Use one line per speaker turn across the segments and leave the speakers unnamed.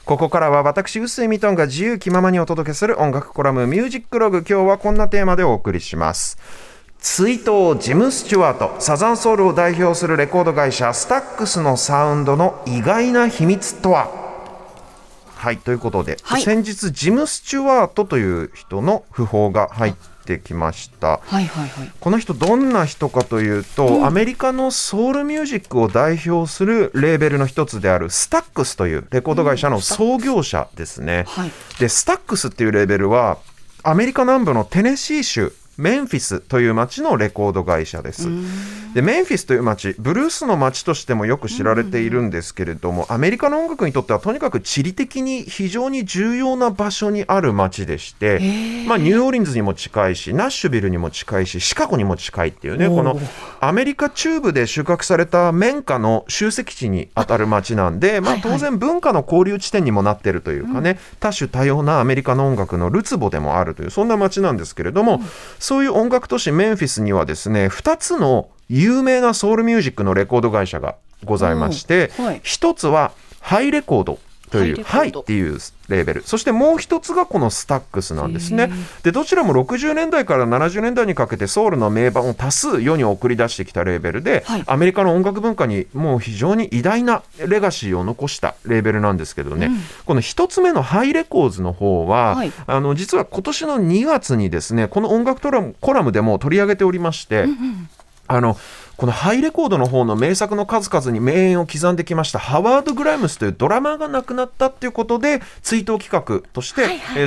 ここからは私臼井ミトンが自由気ままにお届けする音楽コラムミュージックログ。今日はこんなテーマでお送りします。追悼ジム・スチュワート。サザンソウルを代表するレコード会社スタックスのサウンドの意外な秘密とは。はい、ということで、先日ジム・スチュワートという人の訃報が入ってきました。この人どんな人かというと、アメリカのソウルミュージックを代表するレーベルの一つであるスタックスというレコード会社の創業者ですね。でスタックスっていうレーベルはアメリカ南部のテネシー州メンフィスという町のレコード会社です。でメンフィスという町、ブルースの町としてもよく知られているんですけれども、アメリカの音楽にとってはとにかく地理的に非常に重要な場所にある町でして、ニューオーリンズにも近いし、ナッシュビルにも近いし、シカゴにも近いっていうね、このアメリカ中部で収穫された綿花の集積地にあたる町なんで、当然文化の交流地点にもなっているというかね、多種多様なアメリカの音楽のるつぼでもあるという、そんな町なんですけれども、そういう音楽都市メンフィスにはですね、2つの有名なソウルミュージックのレコード会社がございまして、一つはハイレコードというハイっていうレーベル、そしてもう一つがこのスタックスなんですね。でどちらも60年代から70年代にかけてソウルの名盤を多数世に送り出してきたレーベルで、アメリカの音楽文化にもう非常に偉大なレガシーを残したレーベルなんですけどね、この一つ目のハイレコーズの方は、実は今年の2月にですね、この音楽コラムでも取り上げておりまして、このハイレコードの方の名作の数々に名演を刻んできましたハワード・グライムスというドラマーが亡くなったっていうことで追悼企画として、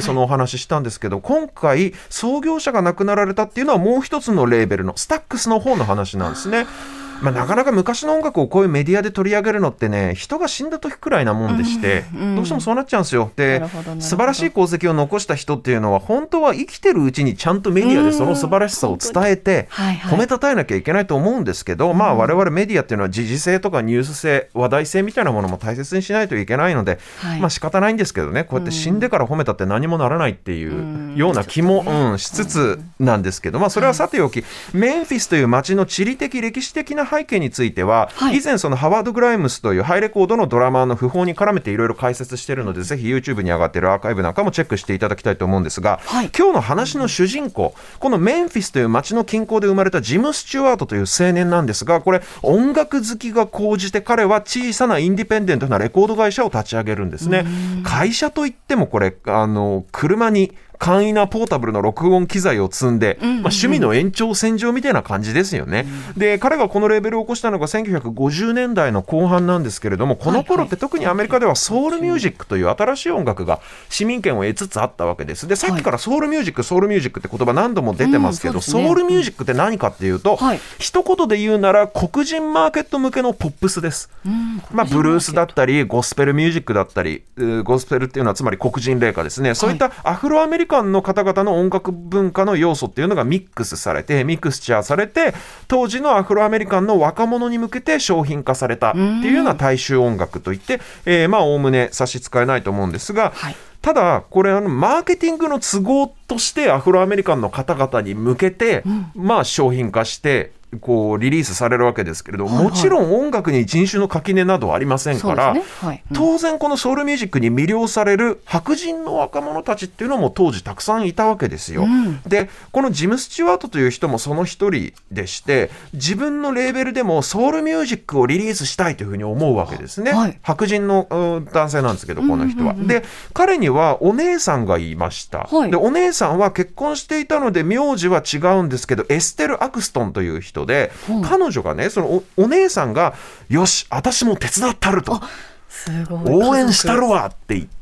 そのお話ししたんですけど、今回創業者が亡くなられたっていうのはもう一つのレーベルのスタックスの方の話なんですね。なかなか昔の音楽をこういうメディアで取り上げるのってね、人が死んだ時くらいなもんでして、どうしてもそうなっちゃうんですよ。で素晴らしい功績を残した人っていうのは本当は生きてるうちにちゃんとメディアでその素晴らしさを伝えて褒めたたえなきゃいけないと思うんですけど、我々メディアっていうのは時事性とかニュース性、話題性みたいなものも大切にしないといけないので、仕方ないんですけどね、こうやって死んでから褒めたって何もならないっていうような気もしつつなんですけど、それはさておき、メンフィスという街の地理的歴史的な背景については、以前そのハワード・グライムスというハイレコードのドラマーの訃報に絡めていろいろ解説しているので、ぜひ YouTube に上がっているアーカイブなんかもチェックしていただきたいと思うんですが、今日の話の主人公、このメンフィスという街の近郊で生まれたジム・スチュワートという青年なんですが、これ音楽好きが高じて彼は小さなインディペンデントなレコード会社を立ち上げるんですね。会社といってもこれ車に簡易なポータブルの録音機材を積んで、趣味の延長線上みたいな感じですよね。で彼がこのレーベルを起こしたのが1950年代の後半なんですけれども、この頃って特にアメリカではソウルミュージックという新しい音楽が市民権を得つつあったわけです。でさっきからソウルミュージックソウルミュージックって言葉何度も出てますけど、ソウルミュージックって何かっていうと、一言で言うなら黒人マーケット向けのポップスです。ブルースだったりゴスペルミュージックだったり、ゴスペルっていうのはつまり黒人霊歌ですね。そういったアフロアメリカンの方々の音楽文化の要素っていうのがミクスチャーされて、当時のアフロアメリカンの若者に向けて商品化されたっていうような大衆音楽といって、おおむね差し支えないと思うんですが、ただこれマーケティングの都合としてアフロアメリカンの方々に向けて、商品化してこうリリースされるわけですけれど、もちろん音楽に人種の垣根などはありませんから、当然このソウルミュージックに魅了される白人の若者たちっていうのも当時たくさんいたわけですよ。でこのジム・スチュワートという人もその一人でして、自分のレーベルでもソウルミュージックをリリースしたいというふうに思うわけですね。白人の男性なんですけど、この人は。で彼にはお姉さんがいました。でお姉さんは結婚していたので名字は違うんですけど、エステル・アクストンという人で、彼女がね、その お姉さんがよし私も手伝ったると、応援したるわって言って、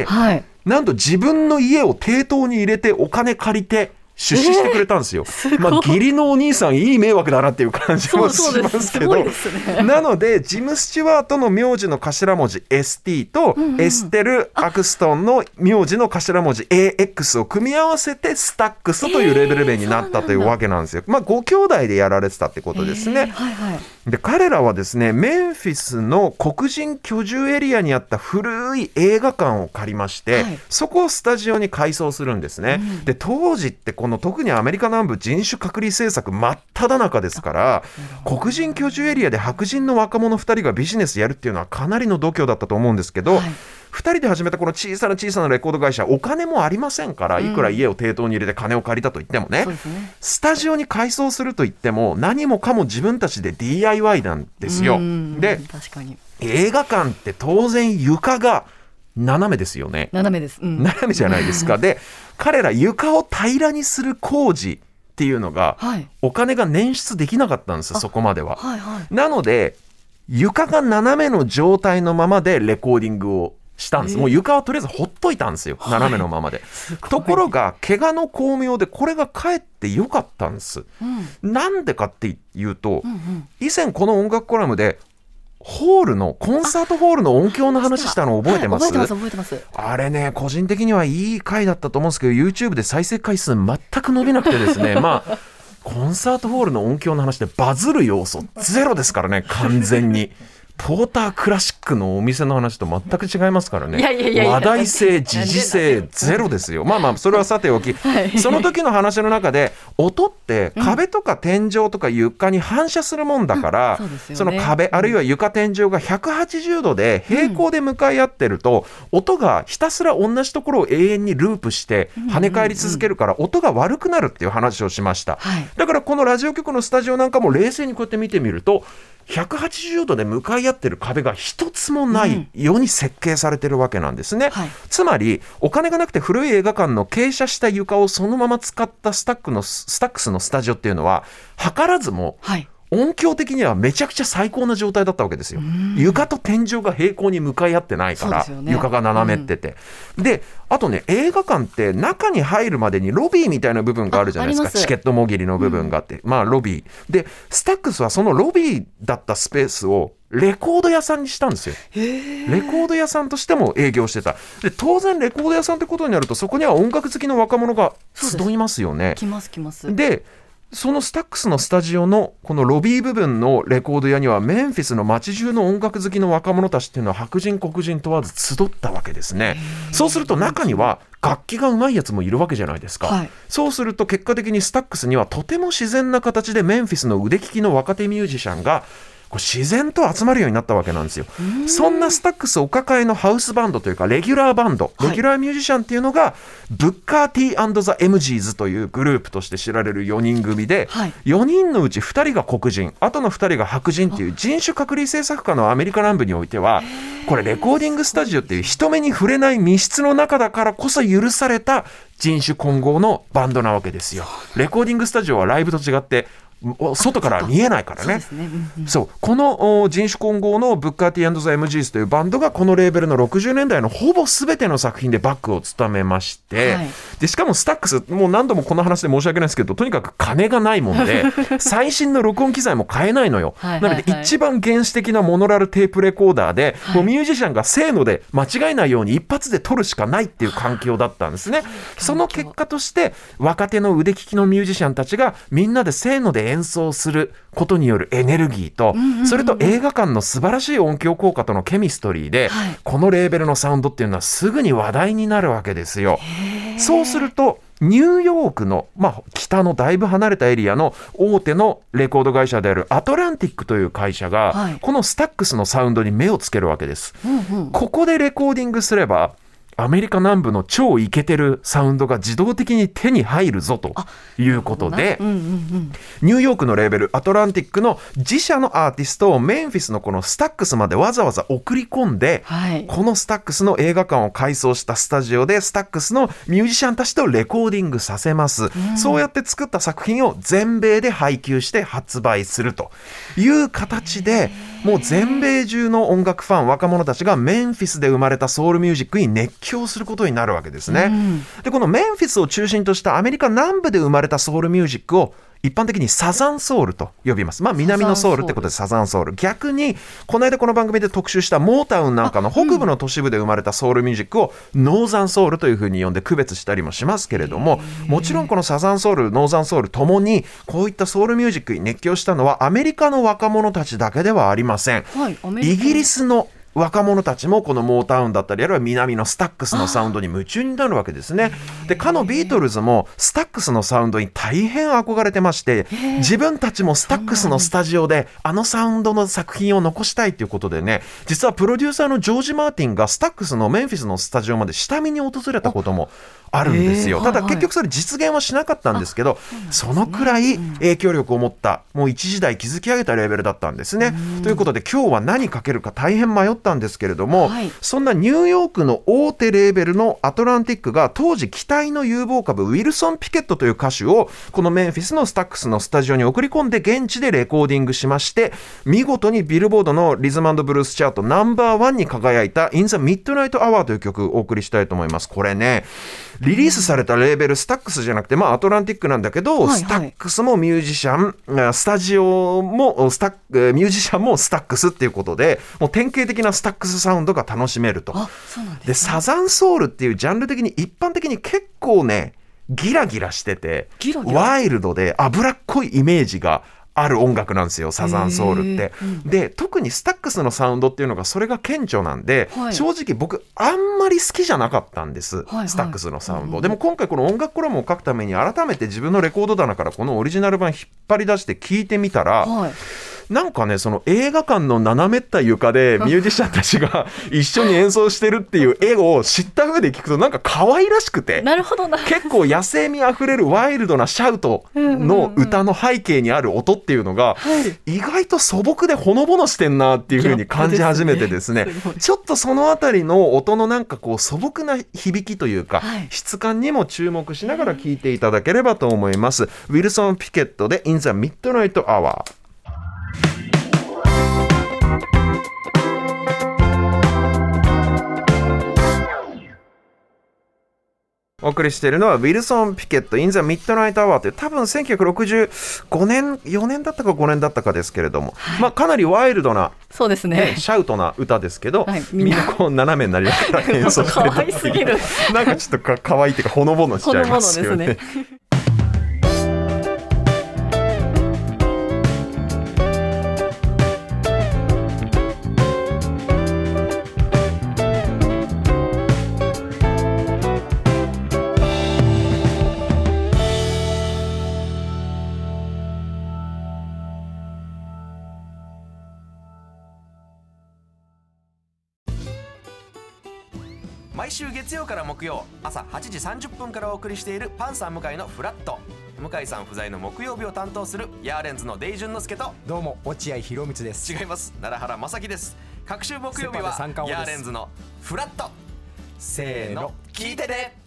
なんと自分の家を抵当に入れてお金借りて出資してくれたんですよ。義理のお兄さんいい迷惑だなっていう感じもしますけど、なのでジム・スチュワートの名字の頭文字 ST と、エステル・アクストンの名字の頭文字 AX を組み合わせてスタックスというレベル名になったというわけなんですよ。ご兄弟でやられてたってことですね。で彼らはですね、メンフィスの黒人居住エリアにあった古い映画館を借りまして、そこをスタジオに改装するんですね。で当時ってこの特にアメリカ南部人種隔離政策真っ只中ですから、黒人居住エリアで白人の若者2人がビジネスやるっていうのはかなりの度胸だったと思うんですけど、 2人で始めたこの小さな小さなレコード会社、お金もありませんから、いくら家を抵当に入れて金を借りたといってもね、スタジオに改装するといっても何もかも自分たちで DIY なんですよ。で、
確かに
映画館って当然床が斜めですよね。
斜めです、
斜めじゃないですか。で、彼ら床を平らにする工事っていうのが、お金が捻出できなかったんです、そこまでは。なので床が斜めの状態のままでレコーディングをしたんです。もう床はとりあえずほっといたんですよ、斜めのままで。ところが怪我の巧妙でこれがかえって良かったんです、なんでかっていうと、以前この音楽コラムでホールのコンサートホールの音響の話したの覚えてます？
覚えてます。
あれね、個人的にはいい回だったと思うんですけど YouTube で再生回数全く伸びなくてですねまあコンサートホールの音響の話でバズる要素ゼロですからね、完全に。ポータークラシックのお店の話と全く違いますからね。話題性時事性ゼロですよ。まあまあそれはさておき、その時の話の中で音って壁とか天井とか床に反射するもんだから、その壁あるいは床天井が180度で平行で向かい合ってると、音がひたすら同じところを永遠にループして跳ね返り続けるから音が悪くなるっていう話をしました。だからこのラジオ局のスタジオなんかも冷静にこうやって見てみると180度で向かい合ってる壁が一つもないように設計されてるわけなんですね、つまりお金がなくて古い映画館の傾斜した床をそのまま使ったスタックスのスタジオっていうのは図らずも、音響的にはめちゃくちゃ最高な状態だったわけですよ。床と天井が平行に向かい合ってないから、床が斜めってて、であとね、映画館って中に入るまでにロビーみたいな部分があるじゃないですか。チケットもぎりの部分があって、まあロビーでスタックスはそのロビーだったスペースをレコード屋さんにしたんですよ。レコード屋さんとしても営業してた。で当然レコード屋さんってことになるとそこには音楽好きの若者が集いますよね。
来ます
でそのスタックスのスタジオのこのロビー部分のレコード屋にはメンフィスの街中の音楽好きの若者たちっていうのは白人黒人問わず集ったわけですね。そうすると中には楽器が上手いやつもいるわけじゃないですか、そうすると結果的にスタックスにはとても自然な形でメンフィスの腕利きの若手ミュージシャンが自然と集まるようになったわけなんですよ。そんなスタックスお抱えのハウスバンドというかレギュラーバンド、レギュラーミュージシャンっていうのがブッカー T& ザ・エムジーズというグループとして知られる4人組で、4人のうち2人が黒人、あとの2人が白人っていう人種隔離政策下のアメリカ南部においてはこれレコーディングスタジオっていう人目に触れない密室の中だからこそ許された人種混合のバンドなわけですよ。レコーディングスタジオはライブと違って外から見えないからね。そうこの人種混合のブッカー T& ザ・エムジーズというバンドがこのレーベルの60年代のほぼ全ての作品でバックを務めまして、でしかもスタックスもう何度もこの話で申し訳ないですけどとにかく金がないもんで最新の録音機材も買えないのよ。なので一番原始的なモノラルテープレコーダーで、もうミュージシャンがせーので間違えないように一発で撮るしかないっていう環境だったんですね。その結果として若手の腕利きのミュージシャンたちがみんなでせーので演奏することによるエネルギーと、それと映画館の素晴らしい音響効果とのケミストリーで、このレーベルのサウンドっていうのはすぐに話題になるわけですよ。そうするとニューヨークの、北のだいぶ離れたエリアの大手のレコード会社であるアトランティックという会社が、このスタックスのサウンドに目をつけるわけです、ここでレコーディングすればアメリカ南部の超イケてるサウンドが自動的に手に入るぞということで、ニューヨークのレーベルアトランティックの自社のアーティストをメンフィスのこのスタックスまでわざわざ送り込んで、このスタックスの映画館を改装したスタジオでスタックスのミュージシャンたちとレコーディングさせます、そうやって作った作品を全米で配給して発売するという形で、もう全米中の音楽ファン若者たちがメンフィスで生まれたソウルミュージックに熱狂することになるわけですね、でこのメンフィスを中心としたアメリカ南部で生まれたソウルミュージックを一般的にサザンソウルと呼びます。南のソウルってことでサザンソウル。逆にこの間この番組で特集したモータウンなんかの北部の都市部で生まれたソウルミュージックをノーザンソウルというふうに呼んで区別したりもしますけれども、もちろんこのサザンソウルノーザンソウルともにこういったソウルミュージックに熱狂したのはアメリカの若者たちだけではありません、イギリスの若者たちもこのモータウンだったりあるいは南のスタックスのサウンドに夢中になるわけですね。でかのビートルズもスタックスのサウンドに大変憧れてまして、自分たちもスタックスのスタジオであのサウンドの作品を残したいということでね、実はプロデューサーのジョージ・マーティンがスタックスのメンフィスのスタジオまで下見に訪れたこともあるんですよ。ただ結局それ実現はしなかったんですけど、そのくらい影響力を持ったもう一時代築き上げたレーベルだったんですね。ということで今日は何かけるか大変迷ったんですけれども、そんなニューヨークの大手レーベルのアトランティックが当時期待の有望株ウィルソン・ピケットという歌手をこのメンフィスのスタックスのスタジオに送り込んで現地でレコーディングしまして、見事にビルボードのリズム&ブルースチャートナンバーワンに輝いた In the Midnight Hour という曲をお送りしたいと思います。これねリリースされたレーベルスタックスじゃなくて、アトランティックなんだけど、スタックスもミュージシャン、スタジオもミュージシャンもスタックスっていうことで、もう典型的なスタックスサウンドが楽しめると。
そうなんですね。
でサザンソウルっていうジャンル的に一般的に結構ねギラギラしててワイルドで脂っこいイメージがある音楽なんですよ、サザンソウルって。で特にスタックスのサウンドっていうのがそれが顕著なんで、正直僕あんまり好きじゃなかったんです、スタックスのサウンド。でも今回この音楽コラムを書くために改めて自分のレコード棚からこのオリジナル版引っ張り出して聞いてみたら、なんかねその映画館の斜めった床でミュージシャンたちが一緒に演奏してるっていう絵を知った上で聞くとなんか可愛らしくて、
なるほどな。
結構野生味あふれるワイルドなシャウトの歌の背景にある音っていうのが意外と素朴でほのぼのしてんなっていう風に感じ始めてですね、ちょっとそのあたりの音のなんかこう素朴な響きというか、質感にも注目しながら聴いていただければと思います。ウィルソン・ピケットで In the Midnight Hour。お送りしているのはウィルソン・ピケット In the Midnight Hour という多分1965年4年だったか5年だったかですけれども、かなりワイルドな
そうですね、
シャウトな歌ですけど、みんなこう斜めになりながら演奏してる
可愛すぎる
なんかちょっと可愛いっていうかほのぼのしちゃいますよね。
毎週月曜から木曜朝8時30分からお送りしているパンサー向井のフラット。向井さん不在の木曜日を担当するヤーレンズのデイジュンの之介と、
どうも落合博満です。
違います、奈良原正樹です。各週木曜日はヤーレンズのフラット。せーの聞いてね。